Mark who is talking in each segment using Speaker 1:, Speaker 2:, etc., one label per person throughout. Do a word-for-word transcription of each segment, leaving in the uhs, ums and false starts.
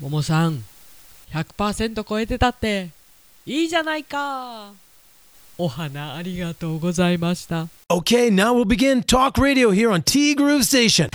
Speaker 1: ももさん ひゃくパーセント 超えてたっていいじゃないか。お花ありがとうございました。
Speaker 2: Okay, now we'll begin Talk Radio here on T Groove Station.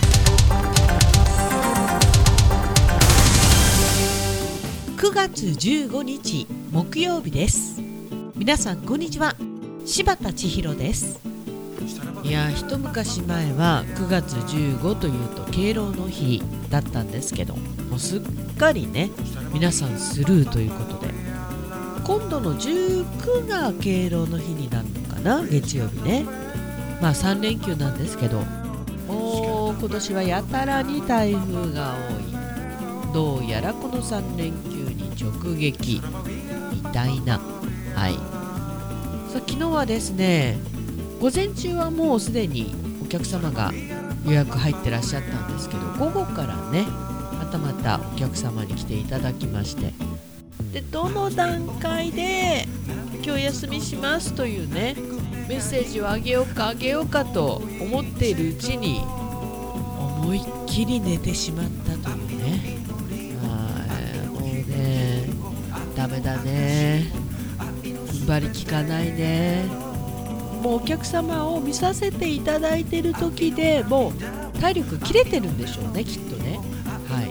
Speaker 3: くがつじゅうごにち木曜日です。皆さんこんにちは、柴田千尋です。いや一昔前はくがつじゅうごというと敬老の日だったんですけど、もうすっかりね皆さんスルーということで、今度のじゅうくが敬老の日になるのかな、月曜日ね。まあさんれんきゅうなんですけど、おー今年はやたらに台風が多い。どうやらこのさんれんきゅうに直撃みたいな。はい。さあ昨日はですね、午前中はもうすでにお客様が予約入ってらっしゃったんですけど、午後からねまたまたお客様に来ていただきまして、でどの段階で今日休みしますというねメッセージをあげようかあげようかと思っているうちに思いっきり寝てしまったというね。はい、もうねダメだね、踏ん張り効かないね。もうお客様を見させていただいている時でもう体力切れてるんでしょうね、きっとね。はい。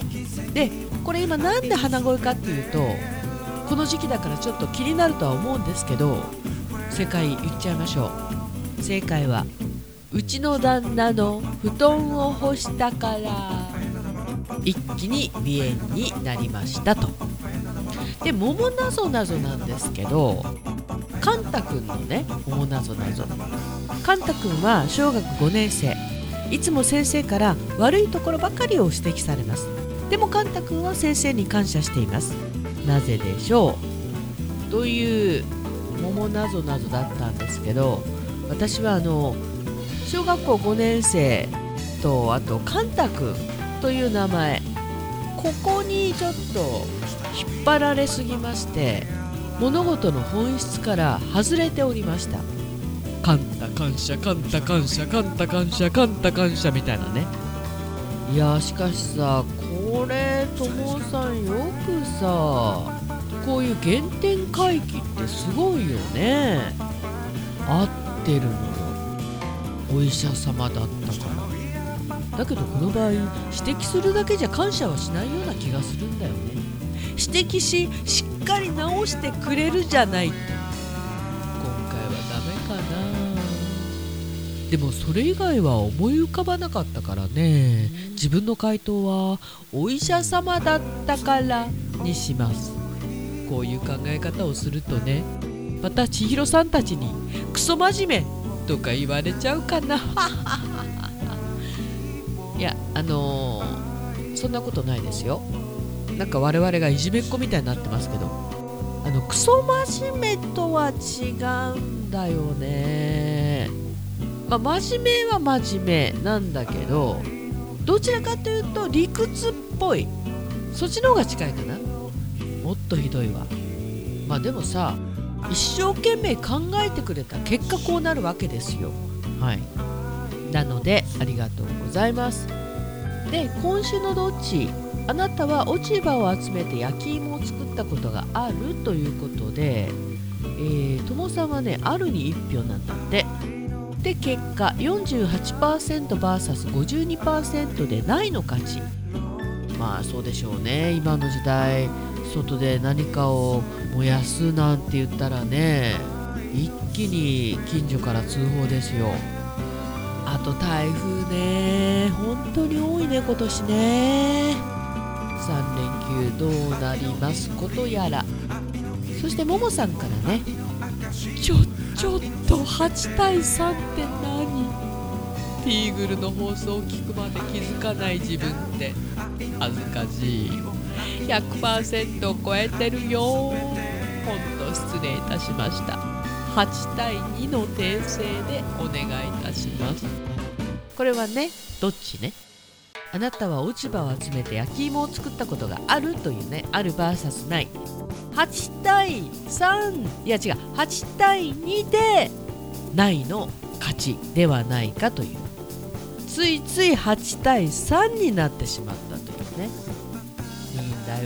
Speaker 3: でこれ今なんで鼻声かっていうと、この時期だからちょっと気になるとは思うんですけど、正解言っちゃいましょう。正解はうちの旦那の布団を干したから一気に鼻炎になりましたと。で桃なぞなぞなんですけど、カンタくんのね桃なぞなぞ。カンタくんは小学ごねんせい、いつも先生から悪いところばかりを指摘されます。でもカンタくんは先生に感謝しています。なぜでしょうという桃なぞなぞだったんですけど、私はあの小学校ごねんせいとあとカンタくんという名前、ここにちょっと引っ張られすぎまして、物事の本質から外れておりました。カンタ感謝カンタ感謝カンタ感謝カンタ感謝みたいなね。いやしかしさ、これともさんよくさこういう原点回帰ってすごいよね。合ってるのよ、お医者様だったから。だけどこの場合指摘するだけじゃ感謝はしないような気がするんだよね。指摘ししっかり直してくれるじゃない。今回はダメかな。でもそれ以外は思い浮かばなかったからね、自分の回答はお医者様だったからにします。こういう考え方をするとね、また千尋さんたちにクソ真面目とか言われちゃうかな。いやあのー、そんなことないですよ。なんか我々がいじめっ子みたいになってますけど、あのクソ真面目とは違うんだよね。まあ真面目は真面目なんだけど、どちらかというと理屈っぽい、そっちの方が近いかな。もっとひどいわ。まあでもさ、一生懸命考えてくれた結果こうなるわけですよ。はい。なのでありがとうございます。で今週のどっち、あなたは落ち葉を集めて焼き芋を作ったことがあるということで、えー、ともさんはねあるにいち票なんだって。で結果 よんじゅうはちパーセントブイエスごじゅうにパーセント でないの勝ち。まあそうでしょうね。今の時代外で何かを燃やすなんて言ったらね、一気に近所から通報ですよ。あと台風ね、本当に多いね今年ね。さんれんきゅうどうなりますことやら。そしてももさんからね、ちょちょっとはちたいさんって何、ティーグルの放送を聞くまで気づかない自分って恥ずかしい。 ひゃくパーセント を超えてるよ。ほんと失礼いたしました。はちたいにの訂正でお願いいたします。これはねどっちね、あなたは落ち葉を集めて焼き芋を作ったことがあるというね、ある ブイエス ない。はちたいさん、いや違うはちたいにでないの勝ちではないかという、ついついはちたいさんになってしまったというね。いいんだ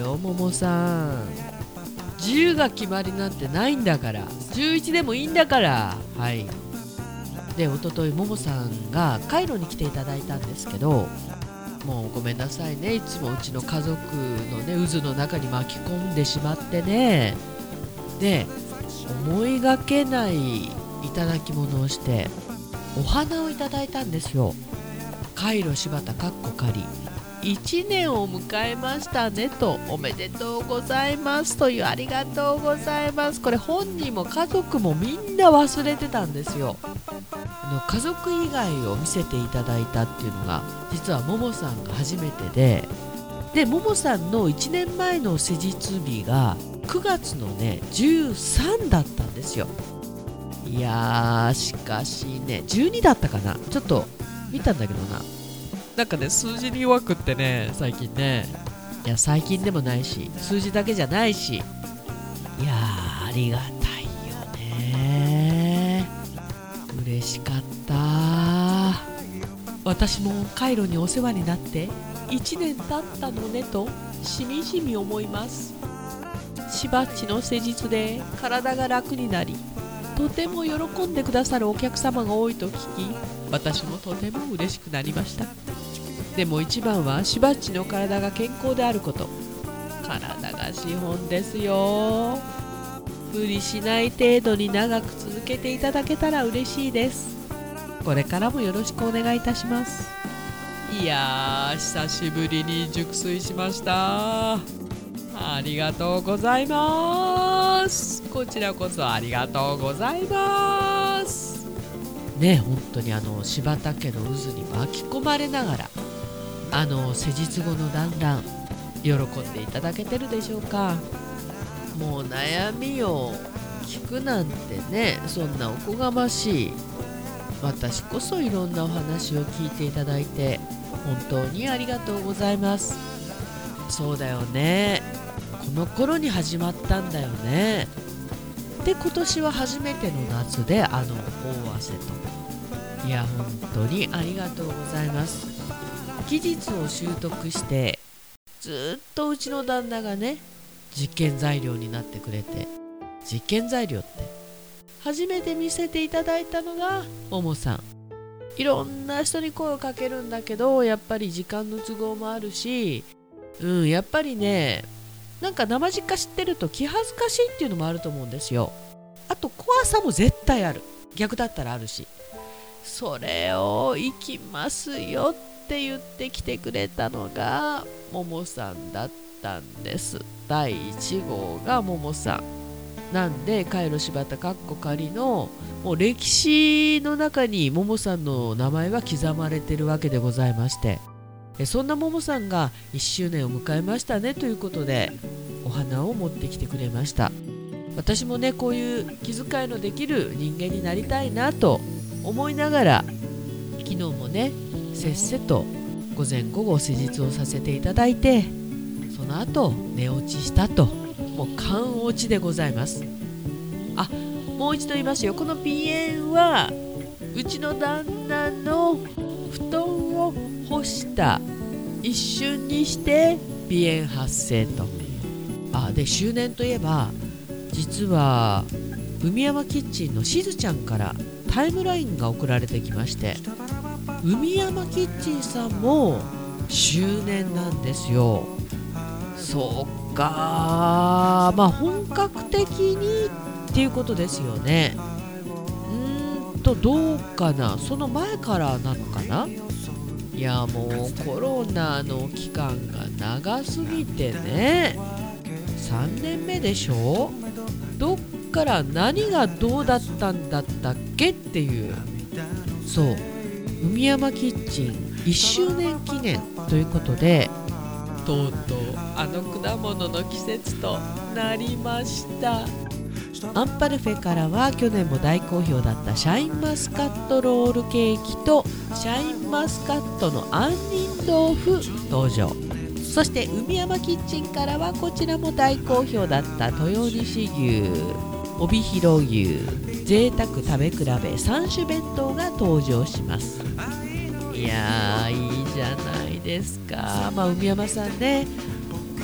Speaker 3: よももさん。じゅうが決まりなんてないんだから、じゅういちでもいいんだから。はい。でおとといももさんがカイロに来ていただいたんですけど、もうごめんなさいね、いつもうちの家族のね渦の中に巻き込んでしまってね。で思いがけないいただき物をしてお花をいただいたんですよ。カイロ柴田かっこかりいちねんを迎えましたねと、おめでとうございますという、ありがとうございます。これ本人も家族もみんな忘れてたんですよ。あの家族以外を見せていただいたっていうのが実はももさんが初めてで、でももさんのいちねんまえの施術日がくがつのねじゅうさんだったんですよ。いやーしかしねじゅうにだったかな、ちょっと見たんだけどな、なんかね数字に弱くってね最近ね。いや最近でもないし数字だけじゃないし、いやーありがたいよね。嬉しかった。私もカイロにお世話になっていちねん経ったのねとしみじみ思います。しばっちの施術で体が楽になり、とても喜んでくださるお客様が多いと聞き、私もとても嬉しくなりました。でも一番はしばっちの体が健康であること。体が資本ですよ。無理しない程度に長く続けていただけたら嬉しいです。これからもよろしくお願いいたします。いやー久しぶりに熟睡しました。ありがとうございます。こちらこそありがとうございますね。本当にあの柴田家の渦に巻き込まれながら、あの施術後の団らん喜んでいただけてるでしょうか。もう悩みを聞くなんてね、そんなおこがましい。私こそいろんなお話を聞いていただいて本当にありがとうございます。そうだよね、この頃に始まったんだよね。で今年は初めての夏であの大汗と。いや本当にありがとうございます。技術を習得してずっとうちの旦那がね実験材料になってくれて、実験材料って初めて見せていただいたのがももさん。いろんな人に声をかけるんだけどやっぱり時間の都合もあるし、うんやっぱりねなんか生実家知ってると気恥ずかしいっていうのもあると思うんですよ。あと怖さも絶対ある、逆だったらあるし、それを行きますよって言ってきてくれたのがももさんだったんです。だいいち号がももさんなんで、カイロ柴田かっこかりのもう歴史の中にももさんの名前は刻まれてるわけでございまして、そんなももさんがいっしゅうねんを迎えましたねということでお花を持ってきてくれました。私もねこういう気遣いのできる人間になりたいなと思いながら、昨日もねせっせと午前午後施術をさせていただいて、その後寝落ちしたと、もう完落ちでございます。あ、もう一度言いますよ。この鼻炎はうちの旦那の布団を干した一瞬にして鼻炎発生と。あで周年といえば実は海山キッチンのしずちゃんからタイムラインが送られてきまして、海山キッチンさんも周年なんですよ。そうか、まあ本格的にっていうことですよね。うーんとどうかな、その前からなのかな。いやもうコロナの期間が長すぎてね、さんねんめでしょ。どっから何がどうだったんだったっけっていう。そう海山キッチンいっしゅうねん記念ということで、とうとうあの果物の季節となりました。アンパルフェからは去年も大好評だったシャインマスカットロールケーキとシャインマスカットの杏仁豆腐登場。そして海山キッチンからはこちらも大好評だった豊西牛、帯広牛、贅沢食べ比べさん種弁当が登場します。いやーいいじゃないですか。まあ海山さんね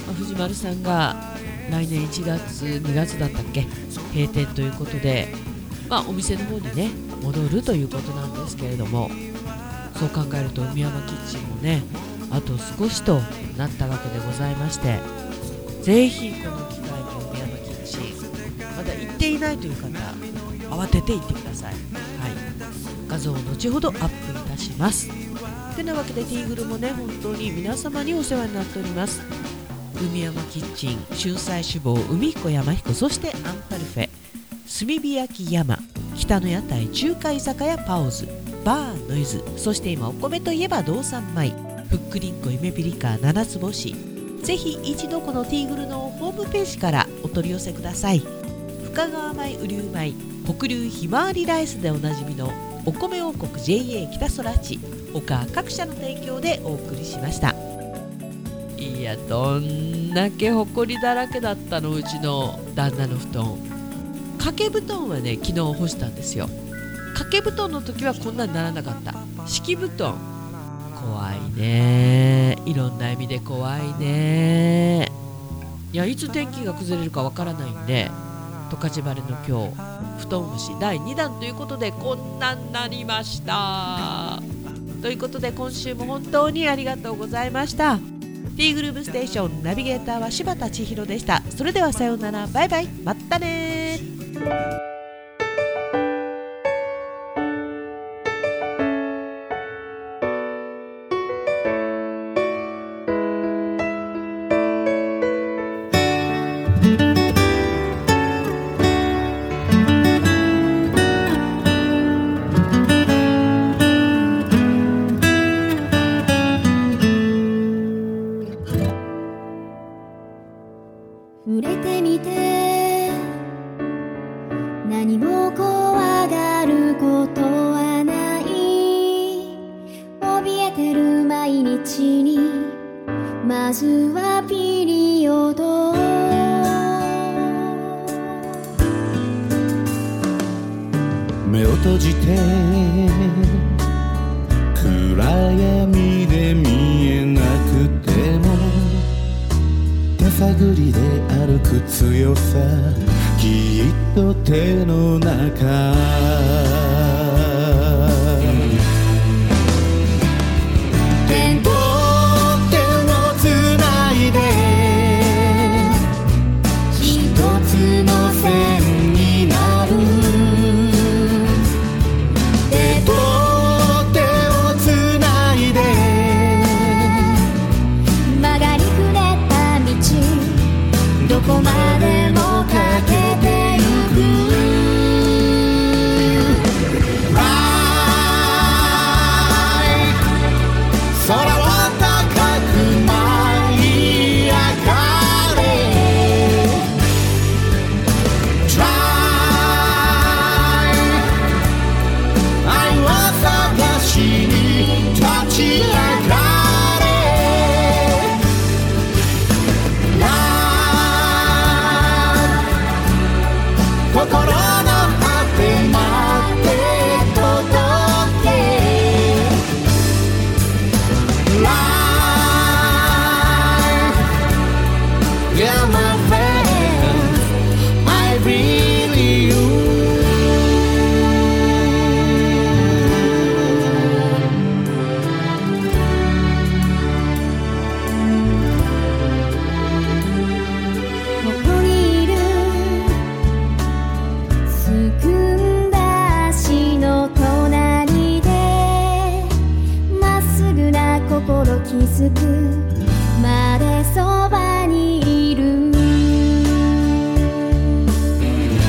Speaker 3: 藤丸さんが来年いちがつにがつだったっけ閉店ということで、まあ、お店の方にね戻るということなんですけれども、そう考えると海山キッチンもねあと少しとなったわけでございまして、ぜひこの機会に海山キッチンまだ行っていないという方慌てて行ってください。はい、画像を後ほどアップいたします。てなわけでティーグルもね本当に皆様にお世話になっております。海山キッチン、春菜志望、海彦山彦、そしてアンパルフェ、炭火焼き山、北の屋台、中華居酒屋パオズ、バーノイズ、そして今お米といえば道産米、ふっくりんこ夢ピリカ七つ星。ぜひ一度このティーグルのホームページからお取り寄せください。深川米、雨竜米、北流ひまわりライスでおなじみのお米王国 ジェイエー 北空地他各社の提供でお送りしました。いや、どんだけほこりだらけだったの、うちの旦那の布団。掛け布団はね昨日干したんですよ。掛け布団の時はこんなにならなかった。敷布団怖いね、いろんな意味で怖いね。いや、いつ天気が崩れるかわからないんで、十勝晴れの今日布団干しだいにだんということでこんなになりましたということで、今週も本当にありがとうございました。T グループステーションナビゲーターは柴田千尋でした。それではさようなら、バイバイ、またね。
Speaker 4: 触れてみて何も怖がることはない。怯えてる毎日にまずはピリオド。
Speaker 5: 目を閉じて暗闇で見えなくても手探りで歩く強さ、きっと手の中。手と手をつないで一つの線になる。手と手をつないで
Speaker 4: 曲がりくねった道、どこまでも駆けてゆく。
Speaker 5: 空は高く舞い上がれ Try 愛を探しに立ち上がれ Love 心の果てまで届けYeah, my friends, I really you.
Speaker 4: ここにいるすくんだ足の隣でまっすぐな心気づくまでそばにいる。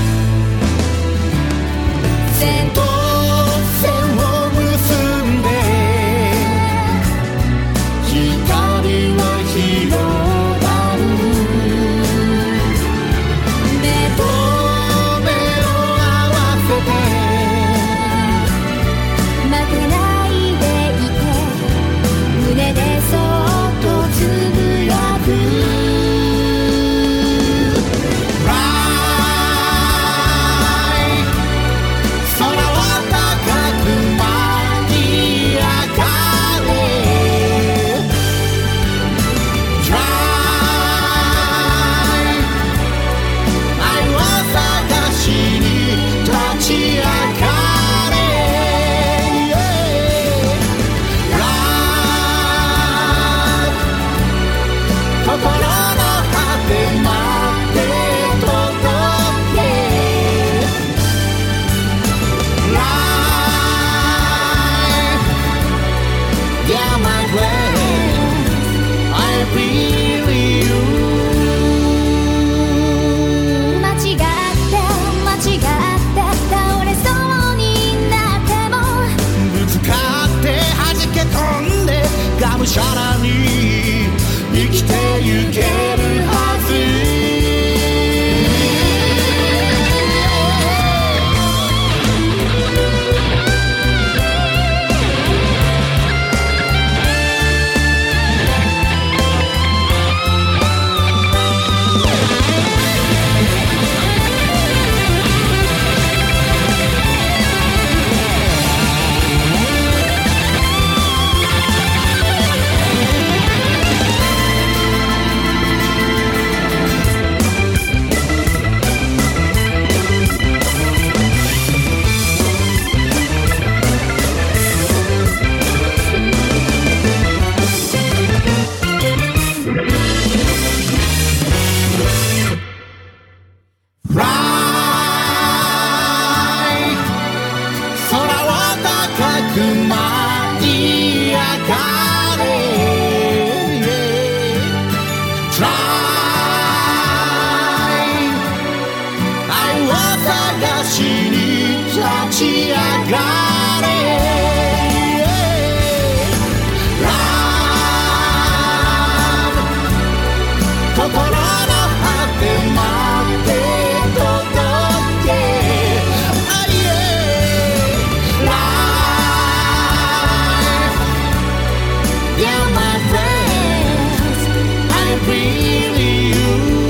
Speaker 5: You're my friend, I really you